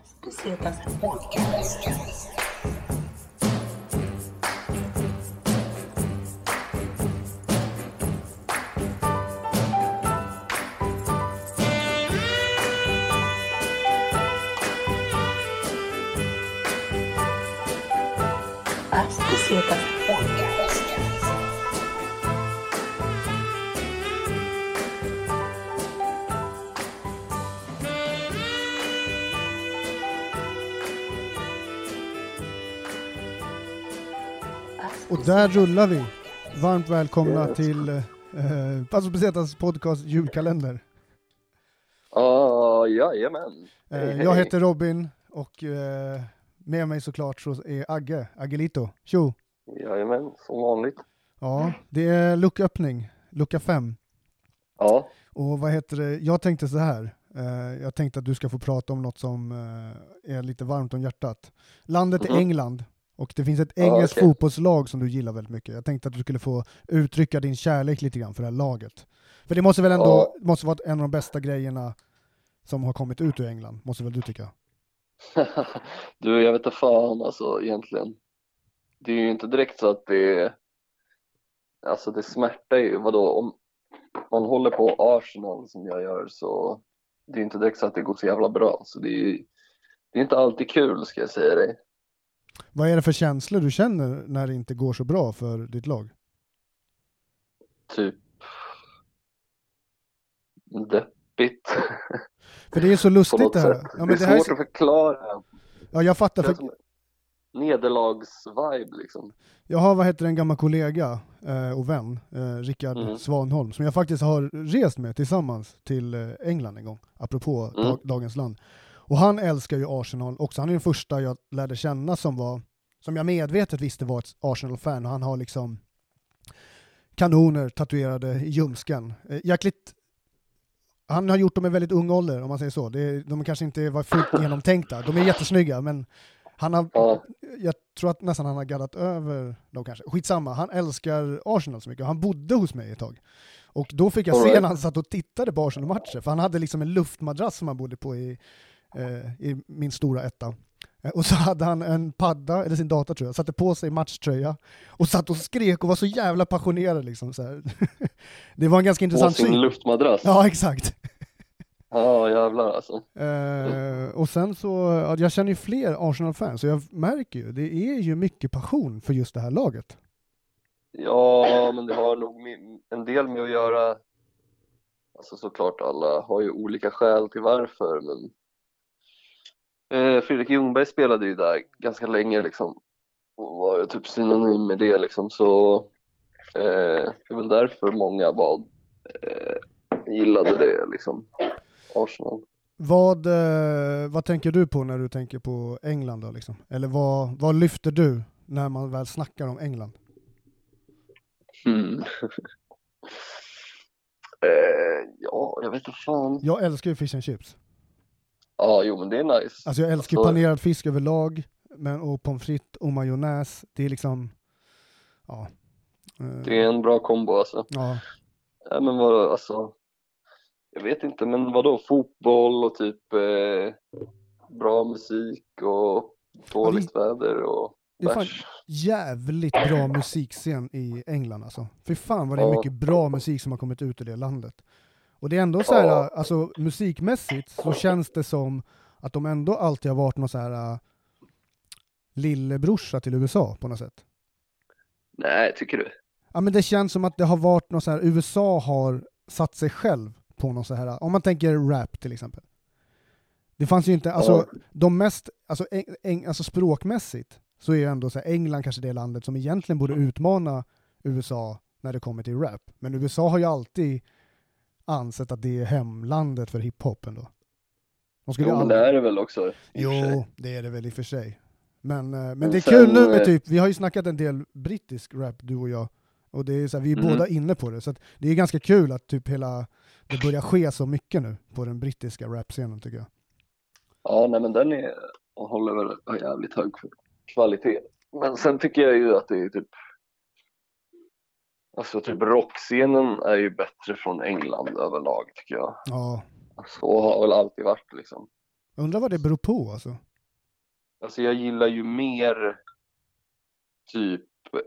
Bucetas Podcast. Bucetas Podcast. Och där rullar vi. Varmt välkomna till Passo Bucetas podcast julkalender. Jajamän. Jag heter Robin och med mig såklart så är Aggelito. Tjo! Jajamän, som vanligt. Ja, det är lucköppning, lucka 5. Ja. Och vad heter det? Jag tänkte så här. Jag tänkte att du ska få prata om något som är lite varmt om hjärtat. Landet är England. Och det finns ett engelskt fotbollslag som du gillar väldigt mycket. Jag tänkte att du skulle få uttrycka din kärlek lite grann för det här laget. För det måste väl ändå måste vara en av de bästa grejerna som har kommit ut ur England. Måste väl du tycka? Du, jag vet inte fan alltså egentligen. Det är ju inte direkt så att det... Alltså det smärtar ju. Vadå? Om man håller på Arsenal som jag gör så... Det är inte direkt så att det går så jävla bra. Så det är inte alltid kul, ska jag säga dig. Vad är det för känslor du känner när det inte går så bra för ditt lag? Typ deppigt. För det är så lustigt det här. Ja, men det är det här svårt att förklara. Ja, jag fattar. Det är som nederlagsvibe liksom. Jag har en gammal kollega och vän, Rickard Svanholm, som jag faktiskt har rest med tillsammans till England en gång, apropå dagens land. Och han älskar ju Arsenal också. Han är den första jag lärde känna som jag medvetet visste var ett Arsenal-fan. Och han har liksom kanoner tatuerade i ljumsken. Han har gjort dem i väldigt ung ålder, om man säger så. De kanske inte var fullt genomtänkta. De är jättesnygga, men jag tror att nästan han har gaddat över dem kanske. Skitsamma, han älskar Arsenal så mycket. Han bodde hos mig ett tag. Och då fick jag se när han satt och tittade på Arsenal-matcher. För han hade liksom en luftmadrass som han bodde på i min stora etta. Och så hade han en padda, eller sin data tror jag, satte på sig matchtröja och satt och skrek och var så jävla passionerad liksom så här. Det var en ganska intressant syn. Sin luftmadrass. Ja, exakt. Ja, jävlar alltså. Och sen så, jag känner ju fler Arsenal-fans så jag märker ju, det är ju mycket passion för just det här laget. Ja, men det har nog en del med att göra. Alltså såklart alla har ju olika skäl till varför, men Fredrik Ljungberg spelade ju där ganska länge liksom, och var ju typ synonym med det liksom, så det är väl därför många gillade det liksom, Arsenal. Vad tänker du på när du tänker på England då liksom? Eller vad lyfter du när man väl snackar om England? Ja, jag vet inte fan. Jag älskar ju fish and chips. Ja, jo men det är nice. Alltså jag älskar panerad fisk överlag, och pommes frites och majonnäs. Det är liksom, ja. Det är en bra kombo alltså. Ja. Ja, men vadå, alltså, jag vet inte, men vadå, fotboll och typ bra musik och dåligt väder och det är fan jävligt bra musikscen i England alltså. För fan vad det är mycket bra musik som har kommit ut i det landet. Och det är ändå så här, alltså musikmässigt så känns det som att de ändå alltid har varit någon så här lillebrorsa till USA på något sätt. Nej, tycker du? Ja, men det känns som att det har varit något så här, USA har satt sig själv på något så här, om man tänker rap till exempel. Det fanns ju inte, alltså de mest, alltså språkmässigt så är ju ändå så här, England kanske det landet som egentligen borde utmana USA när det kommer till rap. Men USA har ju alltid ansett att det är hemlandet för hiphop ändå. Men det är det väl också. Jo, det är det väl i och för sig. Men det är kul nu med typ, vi har ju snackat en del brittisk rap, du och jag. Och det är så här, vi är båda inne på det. Så att det är ganska kul att typ det börjar ske så mycket nu på den brittiska rapscenen tycker jag. Ja, nej men den håller väl jävligt hög kvalitet. Men sen tycker jag ju att det är typ, alltså typ rockscenen är ju bättre från England överlag tycker jag. Ja. Så har väl alltid varit liksom. Jag undrar vad det beror på alltså. Alltså jag gillar ju mer typ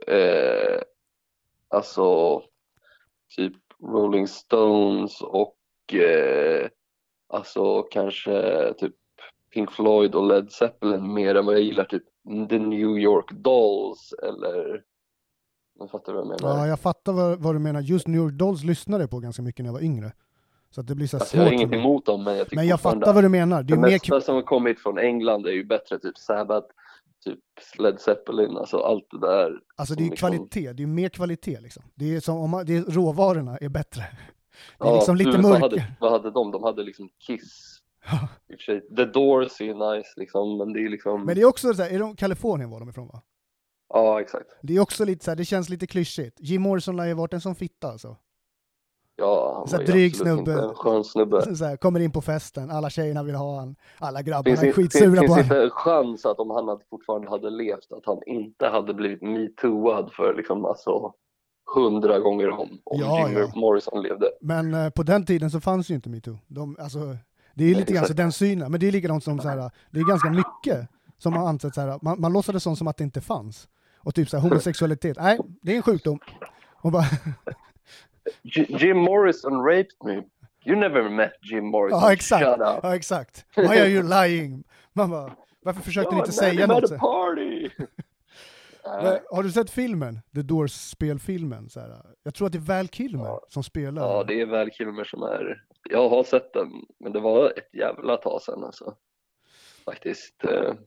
alltså typ Rolling Stones och alltså kanske typ Pink Floyd och Led Zeppelin mer än vad jag gillar typ The New York Dolls eller jag fattar vad jag menar. Ja, jag fattar vad du menar. Just New York Dolls lyssnade jag på ganska mycket när jag var yngre. Så att det blir så Alltså svårt. jag har ingenting emot dem, men jag tycker men jag fattar vad du menar. Det är det mer mesta som har kommit från England är ju bättre, typ Sabbath, typ Led Zeppelin, alltså allt det där. alltså det är ju liksom... kvalitet, det är mer kvalitet liksom. Det är som om det är råvarorna är bättre. Det är ja, liksom lite USA mörker. vad hade de? De hade liksom Kiss. I och för sig, The Doors är ju nice liksom, men det är liksom... Men det är också så här, är de Kalifornien var de ifrån va? Ja, exakt. Det är också lite så här, det känns lite klyschigt. Jim Morrison har ju varit en sån fitta alltså. Ja, han Så var dryg absolut snubbe. inte en skön snubbe. Så här, kommer in på festen, alla tjejerna vill ha han, alla grabbarna Finns, är skitsura på finns han. inte en chans att om han fortfarande hade levt att han inte hade blivit metooad för liksom alltså 100 gånger om Jim Morrison levde. Men på den tiden så fanns ju inte metoo. Alltså, det är ju lite grann så den synen, men det är likadant som så här, det är ganska mycket som har ansett så här, man låtsades som att det inte fanns. Och typ så här, homosexualitet, nej, det är en sjukdom. Och bara Jim Morrison raped me. You never met Jim Morrison. ja, exakt. Shut up. Ja, exakt. Why are you lying? Man bara, varför försökte ni inte säga något? Så? Party. Har du sett filmen? The Doors spelfilmen? Så här. Jag tror att det är Val Kilmer som spelar. Ja, det är Val Kilmer som är... Jag har sett den, men det var ett jävla tag sedan alltså. Faktiskt.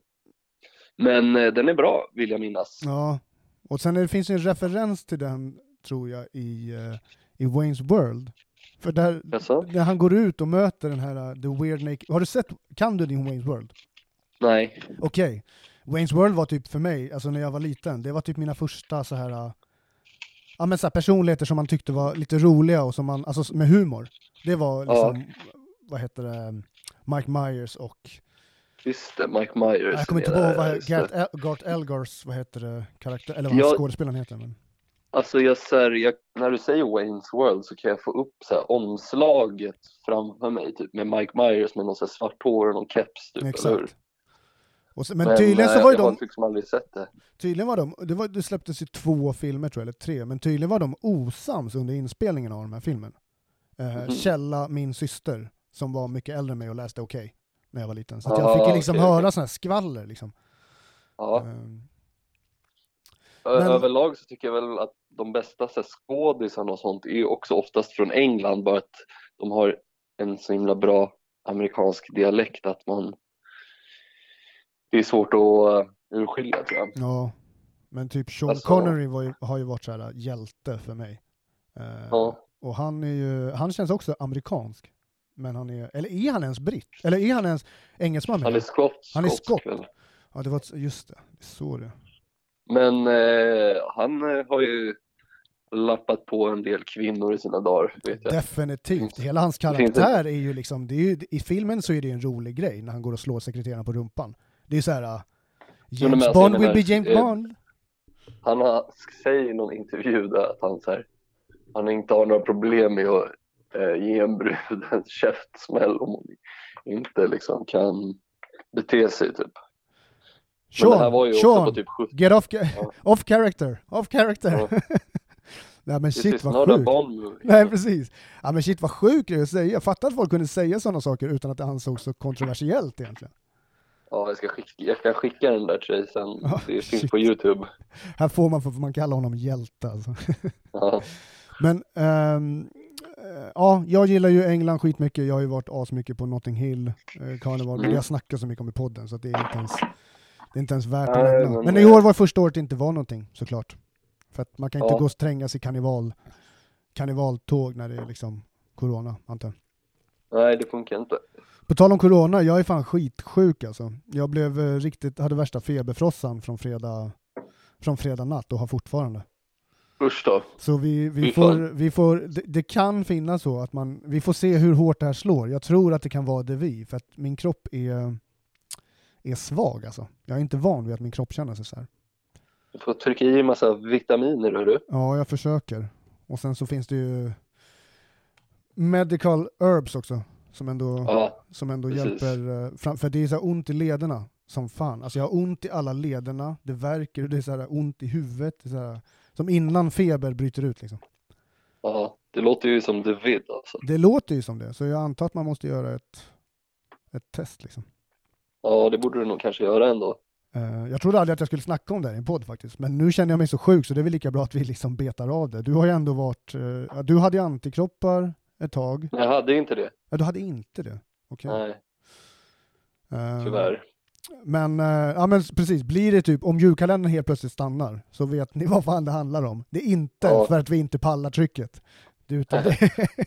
Men den är bra, vill jag minnas. Ja, och sen finns en referens till den, tror jag, i Wayne's World. För där han går ut och möter den här The Weird Naked... Har du sett... Kan du din Wayne's World? Nej. Okej. Wayne's World var typ för mig, alltså när jag var liten, det var typ mina första så här... Ja, men så här personligheter som man tyckte var lite roliga och som man... Alltså med humor. Det var liksom... Vad heter det? Mike Myers och... Just det, Mike Myers. Jag kommer inte ihåg vad Gart Elgars, vad heter det, karaktär, eller vad skådespelaren heter. Men... Alltså när du säger Wayne's World så kan jag få upp så här omslaget framför mig typ med Mike Myers med någon så här svart hår och någon keps typ. Exakt. Och så, men tydligen så var ju jag har liksom aldrig sett det. Tydligen var det släpptes ju 2 filmer tror jag, eller 3, men tydligen var de osams under inspelningen av den här filmen. Källa, min syster, som var mycket äldre än mig och läste Okej när jag var liten. Så att jag fick liksom höra såna här skvaller liksom. Ja. Överlag så tycker jag väl att de bästa skådisarna och sånt är också oftast från England, bara att de har en så himla bra amerikansk dialekt att det är svårt att urskilja, tror jag. Ja, men typ Sean Connery har ju varit så här hjälte för mig. Och han känns också amerikansk. Men är han ens britt? Eller är han ens engelsman? Han är skott. Han är skott. Ja, det var just det. Så det. Men han har ju lappat på en del kvinnor i sina dagar, vet jag. Definitivt. Hela hans karaktär är ju liksom, i filmen så är det en rolig grej när han går och slår sekreteraren på rumpan. Det är så här, James Bond will be James Bond. Han säger i någon intervju där att han inte har några problem med att ge en brud en käftsmäll om hon inte liksom kan bete sig typ. Sean, men det här var ju också på typ 70. Get off character. Ja. Nej men shit vad sjukt. Nej precis. Ja men shit vad sjukt det att säga. Jag fattar att folk kunde säga sådana saker utan att det ansågs så kontroversiellt egentligen. Ja, jag kan skicka den där till dig sen. Det finns på YouTube. Här får man kalla honom hjälte alltså. Ja. Men jag gillar ju England skitmycket. Jag har ju varit asmycket på Notting Hill karneval. Men jag snackar så mycket om i podden så att det är inte ens värt att nämna. Men i år var första året det inte var någonting, såklart. För att man kan inte gå och trängas i karnevaltåg när det är liksom corona, antar jag. Nej, det funkar inte. På tal om corona, jag är fan skitsjuk alltså. Jag hade värsta feberfrossan från fredag natt och har fortfarande. Usch då. Så det kan finnas så att vi får se hur hårt det här slår. Jag tror att det kan vara det för att min kropp är svag alltså. Jag är inte van vid att min kropp känner sig så här. Du får trycka i en massa vitaminer, hörru. Ja, jag försöker. Och sen så finns det ju medical herbs också som ändå, Ja, som ändå precis. hjälper, för det är så här ont i lederna som fan. Alltså jag har ont i alla lederna, det värker, det är så här ont i huvudet, det är så här, som innan feber bryter ut liksom. Ja, det låter ju som The Vid alltså. Det låter ju som det, så jag antar att man måste göra ett test liksom. Ja, det borde du nog kanske göra ändå. Jag trodde aldrig att jag skulle snacka om det här i en podd faktiskt, men nu känner jag mig så sjuk så det är väl lika bra att vi liksom betar av det. Du har ju ändå varit, du hade ju antikroppar ett tag. Men jag hade inte det. Ja, du hade inte det. Okej. Nej, Eh, tyvärr. Men, ja men precis, blir det typ, om julkalendern helt plötsligt stannar, så vet ni vad fan det handlar om. Det är inte Ja. för att vi inte pallar trycket. Det är utan det.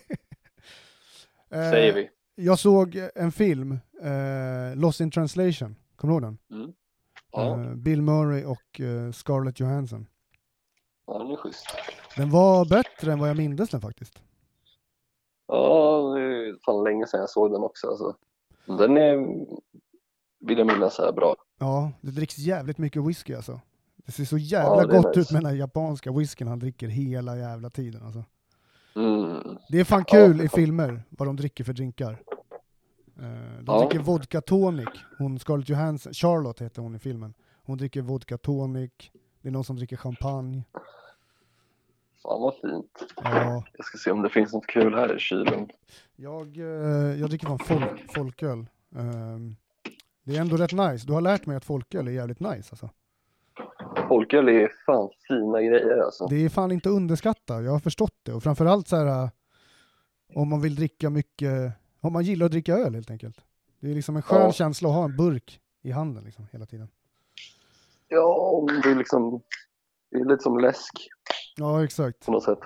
Säger vi. Jag såg en film, Lost in translation, kommer du ihåg den? Mm. Ja, Bill Murray och Scarlett Johansson. ja, den är schysst. Den var bättre än vad jag mindes den faktiskt. Ja, det är fan länge sedan jag såg den också alltså. Den är, vill jag minnas, är bra. Ja, det dricks jävligt mycket whisky alltså. Det ser så jävla Ja, det är gott nice. ut med den här japanska whiskyn han dricker hela jävla tiden alltså. Mm. Det är fan Ja, kul det är i fan. filmer vad de dricker för drinkar. De Ja. dricker vodka tonic. Hon Scarlett Johansson, Charlotte heter hon i filmen. Hon dricker vodka tonic. Det är någon som dricker champagne. Fan vad fint. Ja, Jag ska se om det finns något kul här i kylen. jag dricker fan folköl. Det är ändå rätt nice. Du har lärt mig att folköl är jävligt nice alltså. Folköl är fan fina grejer alltså. Det är fan inte att underskatta. Jag har förstått det. Och framförallt så här, om man vill dricka mycket, om man gillar att dricka öl helt enkelt. Det är liksom en skön Ja. känsla att ha en burk i handen liksom, hela tiden. Ja, det är liksom, det är lite som läsk Ja, exakt. på något sätt.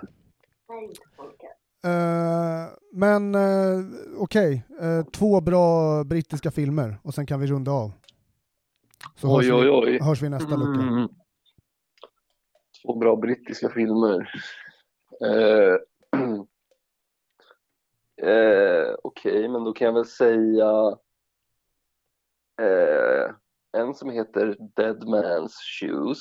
Men okej. 2 bra brittiska filmer och sen kan vi runda av. Så Oj. hörs vi i nästa lucka. Mm. 2 bra brittiska filmer. Okej, men då kan jag väl säga en som heter Dead Man's Shoes.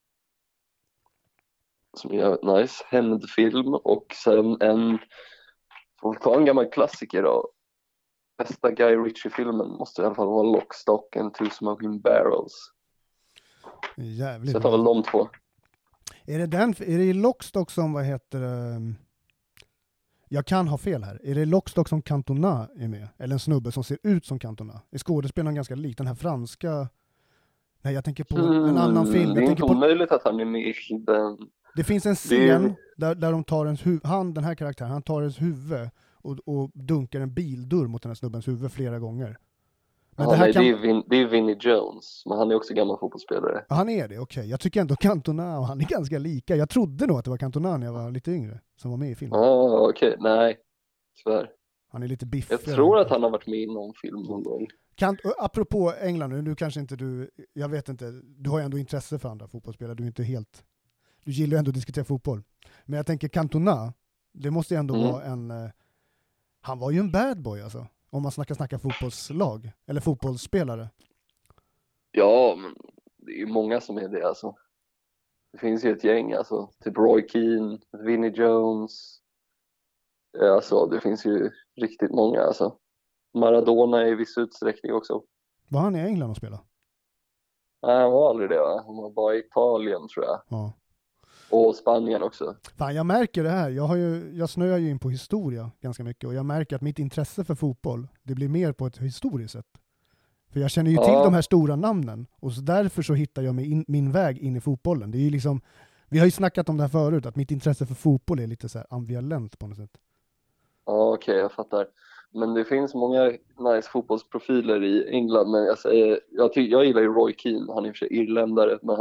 Som är nice, hämndfilm, och sen får vi ta en gammal klassiker då. Bästa Guy Ritchie-filmen måste i alla fall vara Lock, Stock and Two Smoking Barrels. Så Jävligt jag tar bra. väl de 2. Är det i Lockstock som, vad heter det? Jag kan ha fel här. Är det Lockstock som Cantona är med? Eller en snubbe som ser ut som Cantona? Är skådespelaren ganska lik den här franska? Nej, jag tänker på en annan film. Det är Jag inte tänker på... omöjligt att han är med i den. Det finns en scen där de tar ens den här karaktären, han tar ens huvud och dunkar en bildörr mot den här snubbens huvud flera gånger. Men Ja, det här nej, det är Vinnie Jones, men han är också gammal fotbollsspelare. Ja, han är det, okej. Jag tycker ändå Cantona och han är ganska lika. Jag trodde nog att det var Cantona när jag var lite yngre som var med i filmen. Ja, okej. Nej, tyvärr. Han är lite biffig. Jag tror att han har varit med i någon film någon gång. Apropå England nu kanske inte du, jag vet inte, du har ju ändå intresse för andra fotbollsspelare, du gillar ju ändå att diskutera fotboll. Men jag tänker Cantona, det måste ju ändå vara han var ju en bad boy alltså, om man snackar fotbollslag, eller fotbollsspelare. Ja, men det är ju många som är det alltså. Det finns ju ett gäng alltså, typ Roy Keane, Vinnie Jones. Alltså, det finns ju riktigt många alltså. Maradona i viss utsträckning också. Var han i England och spelade? Nej, han var aldrig det, va? Han var bara i Italien tror jag. Ja. Och Spanien också. Fan, jag märker det här. Jag snöar ju in på historia ganska mycket och jag märker att mitt intresse för fotboll, det blir mer på ett historiskt sätt. För jag känner ju till de här stora namnen och så därför så hittar jag min väg in i fotbollen. Det är ju liksom, vi har ju snackat om det här förut, att mitt intresse för fotboll är lite så här ambivalent på något sätt. Ja, okej, jag fattar. Men det finns många nice fotbollsprofiler i England, men jag säger, jag gillar ju Roy Keane. Han är i och för sig irländare, men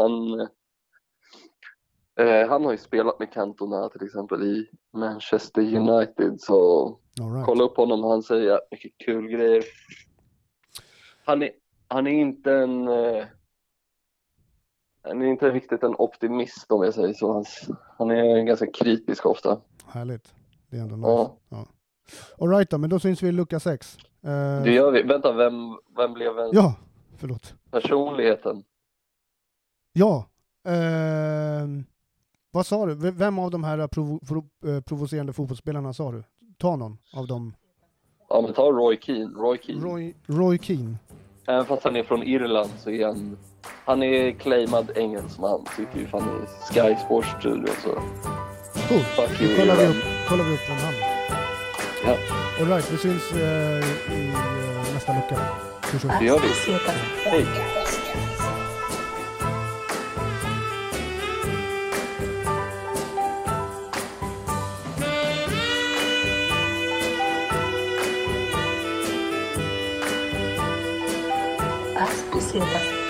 han har ju spelat med Cantona till exempel i Manchester United, så All right. kolla upp honom, han säger mycket kul grejer. Han är inte riktigt en optimist om jag säger så. Han är ganska kritisk ofta. Härligt. Det är ändå nice. Ja. All right då, men då syns vi i lucka 6. Det gör vi. Vänta, vem blev Ja, förlåt. personligheten? Ja. Vad sa du? Vem av de här provocerande fotbollsspelarna sa du? Ta någon av dem. Ja, men ta Roy Keane. Roy Keane. Även fast han är från Irland så är han är claimad engelsman. Sitter ju fan i Sky Sports Studio så. Cool. Fuck Då you, kollar Irland. vi upp den här. Ja, All right, vi syns i nästa lucka. det gör vi. Hej. As pesetas